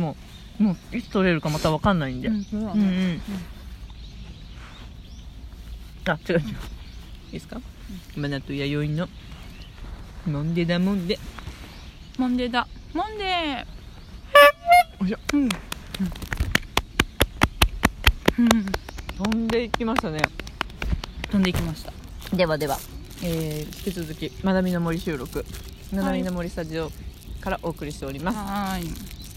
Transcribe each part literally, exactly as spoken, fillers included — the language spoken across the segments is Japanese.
もうもういつ取れるかまた分かんないんで、 うんそうだうんうんねあ違う違ういいですか、マナと弥生のもんでだもんでモンデーだモンデーよいしょ、 うん飛んでいきましたね。 飛んでいきました。 ではでは、えー、引き続きまなみの森収録まなみの森スタジオからお送りしております。 はーい。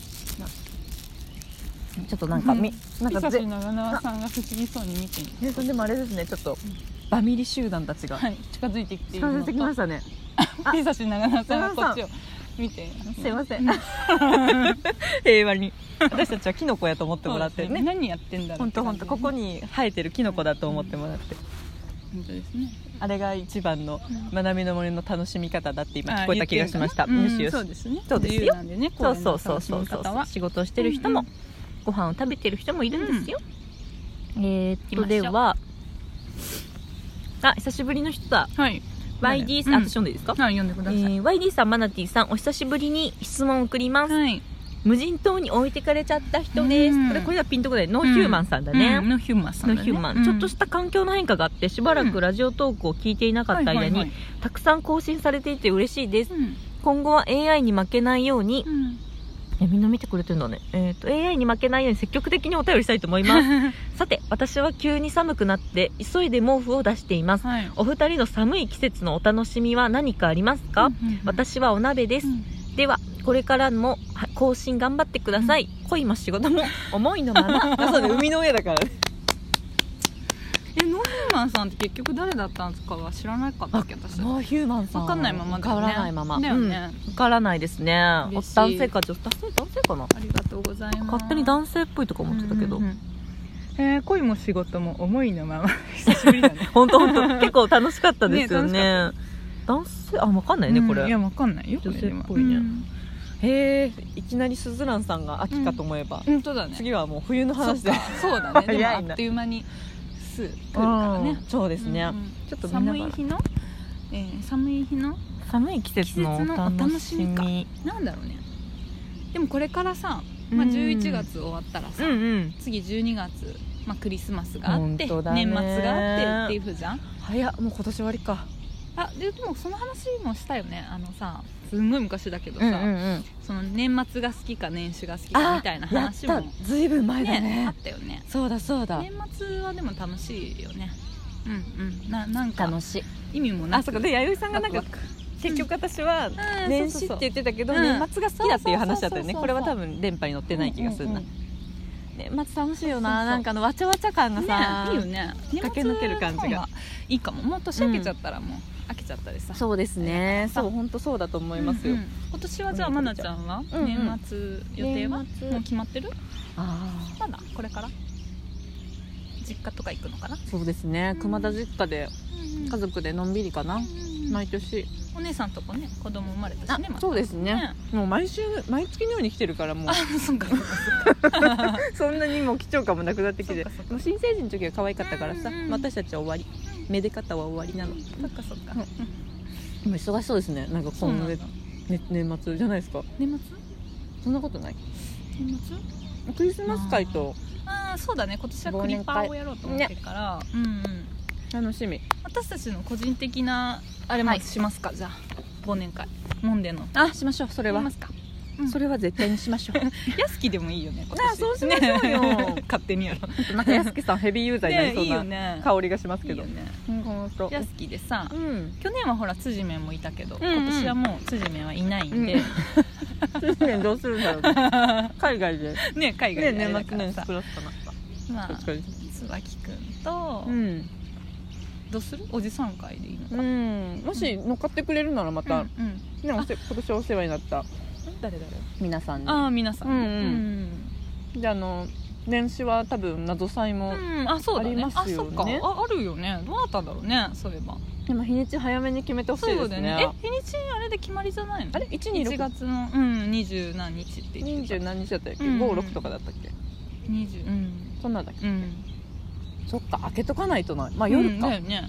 ちょっとなんかみ、なんかぜ久し長縄さんが不思議そうに見てる。 えでもあれですね、ちょっとバミリ集団たちがはい、近づいてきているのと近づいてきましたね。 ピサシ長縄さんがこっちを見て。 すいません平和に私たちはキノコやと思ってもらってね。 何やってんだろう。 本当本当ここに生えてるキノコだと思ってもらって、 本当ですね。 あれが一番のまなみの森の楽しみ方だって今聞こえた気がしました。 うんよしよし、 そうですね。 そうですよ自由なんでね。 そうそうそうそうこいの楽しみ方は仕事をしてる人も、 うんご飯を食べてる人もいるんですよ。えーっと行きましょうではあ久しぶりの人だ。 はい。 ワイディー さん、 うんあ私読んでいいですか、 はい、読んでください。 えー、ワイディー さん、マナティさん、お久しぶりに質問を送ります。 はい。 無人島に置いてかれちゃった人です。 うんこれこれはピンとこないノーヒューマンさんだね。 うんノーヒューマンさんだね。 ノーヒューマン、ちょっとした環境の変化があってしばらくラジオトークを聞いていなかった間に、 はいはいはいたくさん更新されていて嬉しいです。 うん今後は エーアイ に負けないように、 うんえみんな見てくれてるんだね。えっ、と エーアイ に負けないように積極的にお便りしたいと思いますさて私は急に寒くなって急いで毛布を出しています。 はい。 お二人の寒い季節のお楽しみは何かありますか？ うんうんうん私はお鍋です、 うんではこれからもは更新頑張ってください、恋も仕事も思いのままあそうね、生みの親だからね。 え、ノーヒューマンさんって結局誰だったんですかは知らなかったっけ私。 ノーヒューマンさんわかんないままだよね。 わからないままだよね。 うん、わからないですね。 嬉しい男性か女性男性男性かな、 ありがとうございます。 勝手に男性っぽいとか思ってたけど、 うんうんうんえー、恋も仕事も思いのまま久しぶりだね。 本当本当結構楽しかったですよね。 ね楽男性あ分かんないねこれ、 うんいやわかんないよ。 女性っぽいねこれはへえいきなりすずらんさんが秋かと思えば、 うん本当だね。 次はもう冬の話でそうかそうだね。でも早いなあっという間にすぐ来るからねうん。そうですね、 うんうんちょっと見ながら寒い日の、えー、寒い日の寒い季節のお楽しみ季節のお楽しみかなんだろうね。でもこれからさ、まあ、 うんじゅういちがつ終わったらさ、 うんうん次じゅうにがつ、まあ、クリスマスがあって、 本当だね年末があってっていう風じゃん。 早っもう今年終わりか。 あででもその話もしたよね。あのさすんごい昔だけどさ、 うんうんうんその年末が好きか年始が好きかみたいな話もやったずいぶん前だねねあったよね。 そうだそうだ年末はでも楽しいよね。うんうんななんか楽しい。 意味もなくあそうかで弥生さんがなんかワクワク結局私はうん年始って言ってたけどうん年末が好きだっていう話だったよね。 そうそうそうそうこれは多分電波に乗ってない気がするな。 うんうんうん年末楽しいよな。 そうそうそうなんかあのわちゃわちゃ感がさ、 ねいいよね。 駆け抜ける感じが年末の方いいかも。もう年明けちゃったらもう飽きちゃったりさ。 そうですね。 さそう本当そうだと思いますよ。 うんうん今年はじゃあまなちゃんはうんうん年末予定は年末もう決まってる？ あまだこれから実家とか行くのかな？ あそうですね。熊田実家で家族でのんびりかな。 うん毎年。 お姉さんとこね子供生まれたあしね。またそうですね。もう毎週毎月のように来てるからもうあそうかそうかそんなにもう貴重感もなくなってきてそっかそっかもう新成人の時は可愛かったからさ、 うんうん私たちは終わりめで方は終わりなの。 そっかそっかうんでも忙しそうですね。なんか今月、 そうなんだ。 ね、年末じゃないですか。 年末そんなことない。 年末クリスマス会とああそうだね。今年はクリパーをやろうと思ってるから、うんうん楽しみ。 私たちの個人的なあれもはいしますか、じゃあ忘年会モンデのあしましょう。それはやりますか。うんそれは絶対にしましょうやすきでもいいよね今年。 あそうしましょうよね勝手にやろう。 なんかやすきさんヘビーユーザーになりねいいそうなよね。 香りがしますけど。 いいよね。 うんほんとやすきでさ、 うん去年はほら辻面もいたけど、 うんうん今年はもう辻面はいないんで、 うん通年どうするんだろうね海外でね海ね外であれだ年末年からさ、 始プラスかなまあ確かに椿くんと、 うんどうするおじさん会でいいのか、 うんもし乗っかってくれるならまた、 うんうんね、おせ今年お世話になった誰誰皆さんにああ皆さん、 うんうんであの年始は多分謎祭も、 うんうんあそうだねありますよねあそっかああるよね。どうだったんだろうねそういえば。 でも日にち早めに決めてほしいですね。 そうだよね。え日にちあれで決まりじゃないの？ あれいちにろくいちがつのうん二十何日って言ってた。 二十何日だったっけ、 うんうんごろくとかだったっけ。 二十うんそんなんだっけ、 うんそっか開けとかないとな。まあ夜か、 うんだよね。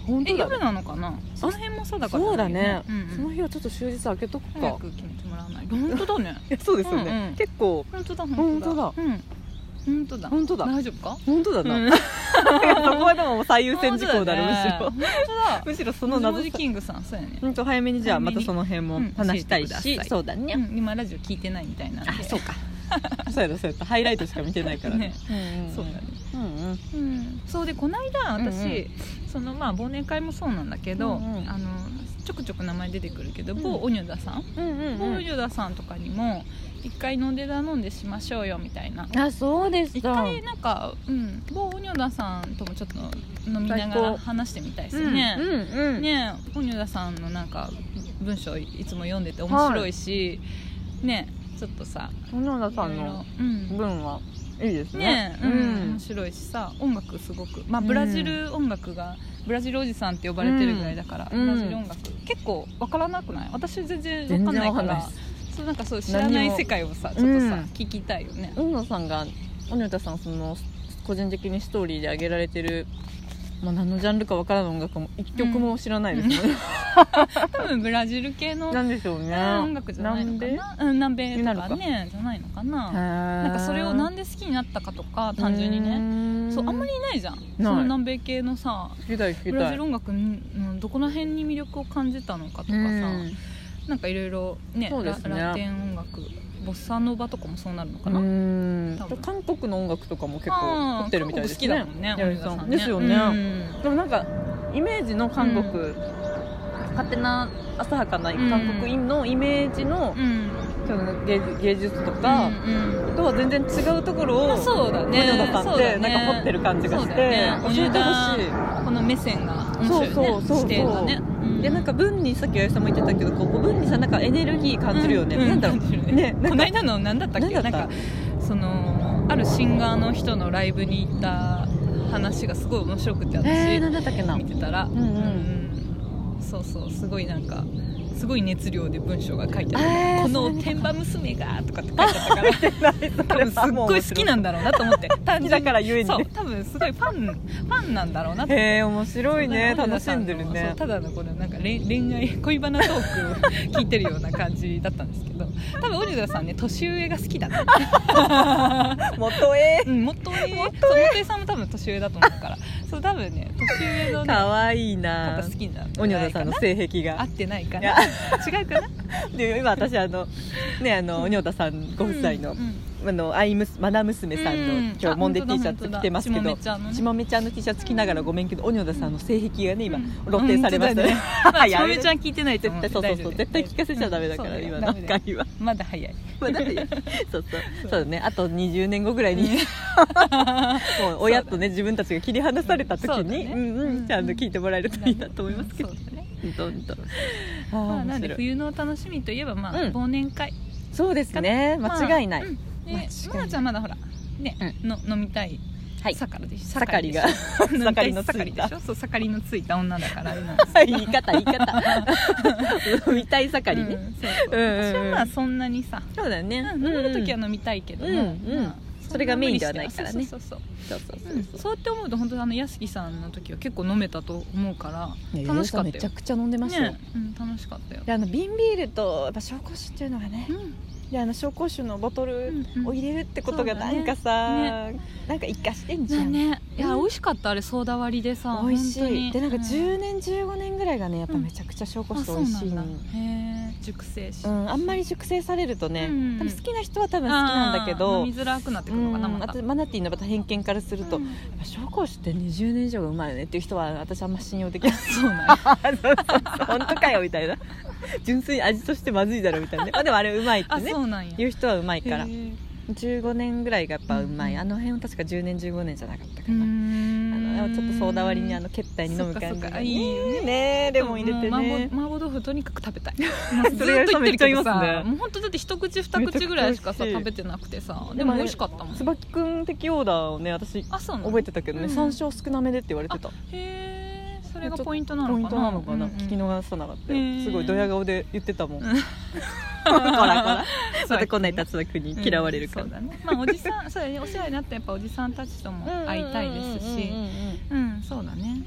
本当だねえ夜なのかな、その辺も定かじゃないよそうだね、 うんうん、 その日はちょっと終日開けとくか。 早く決めてもらわないと。本当だねいやそうですよね、 うんうん、 結構本当だ本当だうん本当だ本当だ大丈夫か。 本当だな、 うん、 そこはでも最優先事項だろ、むしろ本当だむしろその謎もじもじキングさんそうやね、 うんと早めにじゃあまたその辺も話したいし、 うん教えてくださいそうだね、 うん、今ラジオ聞いてないみたいなんで。 あそうかそうやろそうやったハイライトしか見てないからねねうんうんそうだね、 うんうんうん、そうでこの間私、 うんうんそのまあ忘年会もそうなんだけど、 うんうんあのちょくちょく名前出てくるけど、 うん某オニョダさん、 うんうん某オうんニョダさんとかにも一回飲んでだ飲んでしましょうよみたいな。 あそうでし一た回なんか、うん、某オニョダさんともちょっと飲みなが最高ら話してみたいですね、 うんうんうんねオニョダさんのなんか文章いつも読んでて面白いし、ねちょっとさ小野田さんいろいのろうん文はいいですねねうんうん面白いしさ音楽すごくまあブラジル音楽が、ブラジルおじさんって呼ばれてるぐらいだから、 うんブラジル音楽結構わからなくない？私全然わかんないか全然わかんないらですそうなんかそう知らない世界をさちょっとさ、 うん聞きたいよね。 小野さんが小野田さんその個人的にストーリーで上げられてる、まあ、何のジャンルかわからない音楽も一曲も知らないですもんね、 多分ブラジル系のなんでしょうね音楽じゃないのかな、うん、南米とかねじゃないのかな。 ななんかそれをなんで好きになったかとか単純にねねそうあんまりいないじゃん、その南米系のさ聞きたい聞きたいブラジル音楽のどこら辺に魅力を感じたのかとかさ、 うんなんかいろいろねそうですねラ、ラテン音楽ボッサノバとかもそうなるのかな、 うん多分韓国の音楽とかも結構あー凝ってるみたいですね韓国好きだもんねやりさん小野田さんねですよね、 うんでもなんかイメージの韓国、 う勝手な浅はかな韓国のイメージの,、 うんその芸術芸術とか、 うんうんとは全然違うところを、 まあそうだね小野田さんってそうだねなんか掘ってる感じがして、 そうだね教えてほしい。 この目線が面白いよね、 そうそうそうそう視点がね、うんでなんか文にさっきあやさんも言ってたけどこう文にさなんかエネルギー感じるよね、 うんなんだろう感じるねねなんかこの間の何だったっけ何だったなんかそのあるシンガーの人のライブに行った話がすごい面白くて私、 えー、なんだったっけな見てたら、 うんうんうんそうそうすごいなんかすごい熱量で文章が書いてある、 えーこのそれ見た天馬娘がとかって書いてあったから多分すっごい好きなんだろうなと思って単純にだからゆえにねそう多分すごいファンファンなんだろうなと思ってへえ面白いねそう楽しんでるそうねただのこのなんか恋恋愛恋バナトークを聞いてるような感じだったんですけど多分オリダさんね年上が好きだね元へうん元上そう元上さんも多分年上だと思うからそう多分ね年上のねかわいいな方好きなんおにょださんの性癖が合ってないかいやな違うかなで今私あのねあのおにょださんご夫妻の、 うんうんあのアイムスマナ娘さんの、 うん今日モンデあ本 T 当だシャツ着てますけど本当だちまめちゃんの T シャツ着ながらごめんけどおにょださんの性癖がね今、 うん露呈されましたね、 まあちやめてまめちゃん聞いてないと思絶対そうそうそう絶対聞かせちゃダメだから、今の回はまだ早いまだねそうそうそうだねあとにじゅうねんごぐらいにもう親とね自分たちが切り離された時そうだねにうんうんちゃんと聞いてもらえるといいなと思いますけどそうだね本当本当まあなん面白いで冬の楽しみといえばまあうん忘年会そうですね間違いない、 うんで間違いないまなちゃんまだほらねの飲みたいはい盛りでしょ盛りが盛り盛りのついた盛りでしょそう盛りのついた女だからあれなんですけど言い方言い方飲みたい盛りね、 うんそうそううんうんうん私はまあそんなにさそうだよね、 うん飲める時は飲みたいけどもうんうんまあそれがメインではないからねそうそうそうそうそうそううんそうやって思うと本当にあの屋敷さんの時は結構飲めたと思うからね楽しかったよめちゃくちゃ飲んでましたよ、 ねうん楽しかったよであの瓶ビールとやっぱ紹興酒っていうのがね、 うんであの紹興酒のボトルを入れるってことがうんうんなんかさ、なんか一過してんじゃん、 ねいやうん美味しかったあれソーダ割りでさ美味し本当にいでなんかうんじゅうねんじゅうごねんぐらいがねやっぱめちゃくちゃ紹興酒って美味しいの、 あそうなんだへー熟成しうん、あんまり熟成されるとね、 うん多分好きな人は多分好きなんだけあーど飲みづらくなってくるのかなうんまたあとマナティーのまた偏見からすると、 うんやっぱ紹興酒ってにじゅうねん以上がうまいよねっていう人は私あんま信用できないそうなんやそうそうそう本当かよみたいな純粋に味としてまずいだろみたいなねあでもあれうまいってあねそうなんや言う人はうまいからへーじゅうごねんぐらいがやっぱうまい、 うんあの辺は確かじゅうねんじゅうごねんじゃなかったかうーな、 んあのちょっとソーダ割りにあの決体に飲む感じがそっかそっかいいよねねレモン入れてもうね麻婆麻婆豆腐とにかく食べたいもうずっとそれ言ってるけどめっちゃ言いますねさもう本当だって一口二口ぐらいしかさめちゃくちゃ美味しい食べてなくてさでもねでも美味しかったもん椿くん的オーダーをね私あそうなの覚えてたけどね、 うん山椒少なめでって言われてたへえそれがポイントなのかなポイントなのかな、 うんうん聞き逃さなかったへーよすごいドヤ顔で言ってたもん、 うんこらこらそうまたこんな竜巻に嫌われるから、 うんそうだねまあおじさんそうだねお世話になったやっぱおじさんたちとも会いたいですしうんうんうんうんうんそうだね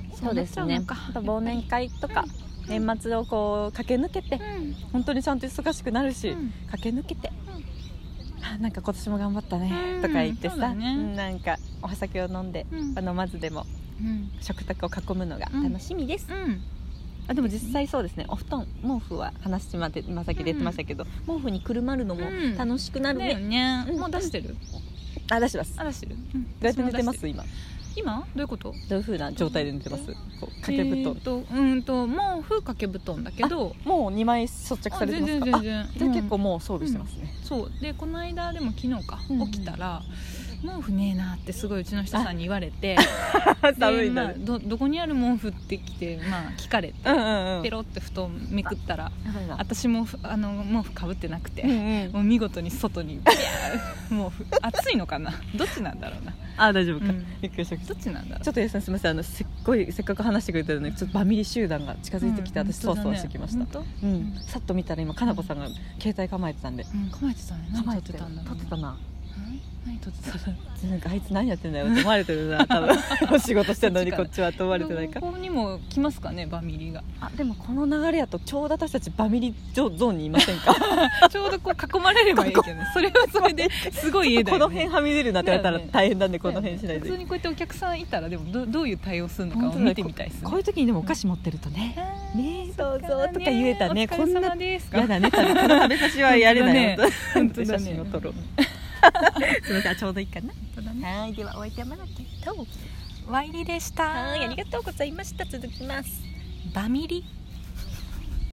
そうですね。 そうなっちゃうのかあと忘年会とか、年末をこう駆け抜けて、 うん本当にちゃんと忙しくなるし、 うん駆け抜けて、あなんか今年も頑張ったね、 うんとか言ってさ、 そうだねうんなんかお酒を飲んで、 うん飲まずでもうん食卓を囲むのが楽しみです、 うんあでも実際そうですね、お布団毛布は話しまで今先で言ってましたけど、毛布にくるまるのもうん楽しくなるだよね、 ね、 うんもう出してる、 あ出してます。 あ出してる、 どうやって寝てます今？ 今どういうこと？ どういう風な状態で寝てます？こう掛け布団、 えーとうんと毛布掛け布団だけど、 もうにまい装着されてますか？ あ全然全然あじゃあ結構もう装備してますね、 そうでこの間でも昨日か、 うん起きたら毛布ねえなってすごいうちの人さんに言われて寒いでまあ、 んだね、 どどこにある毛布ってきて、まあ、聞かれてうんうんうんペロって布団めくったらやばいな私もあの毛布かぶってなくて、 うんうんもう見事に外にビャー毛布暑いのかなどっちなんだろうなあ大丈夫か、 うんびっくりしたちどっちなんだろうょっとやさんすみません、あのすっごいせっかく話してくれてるのにちょっとバミリ集団が近づいてきて、 うん私そわそわしてきました、 本当だねうんさっと見たら今かなこさんが携帯構えてたんで、 本当うん構えてたね何撮って構えてたんだろうね撮ってたな、 うん何撮ってたなんかあいつ何やってんだよって思われてるな多分お仕事してんのにこっちはと思われてないかここにも来ますかねバミリがあでもこの流れやとちょうど私たちバミリゾーンにいませんかちょうどこう囲まれればいいけどねそれはそれですごい家だこよねの辺はみ出るなって言われたらだよね大変なんでこの辺しないで、 普通にこうやってお客さんいたらでも ど, どういう対応するのかを本当だね見てみたいですねこういう時にでもお菓子持ってるとね、ねえどうぞそっかとか言えたねお疲れ様ですかやだね多分この食べさしはやれないよ本当だね写真を撮ろうすみませんちょうどいいかな本当だねはいではお相手はまだけとワイリでしたはいありがとうございました続きますバミリ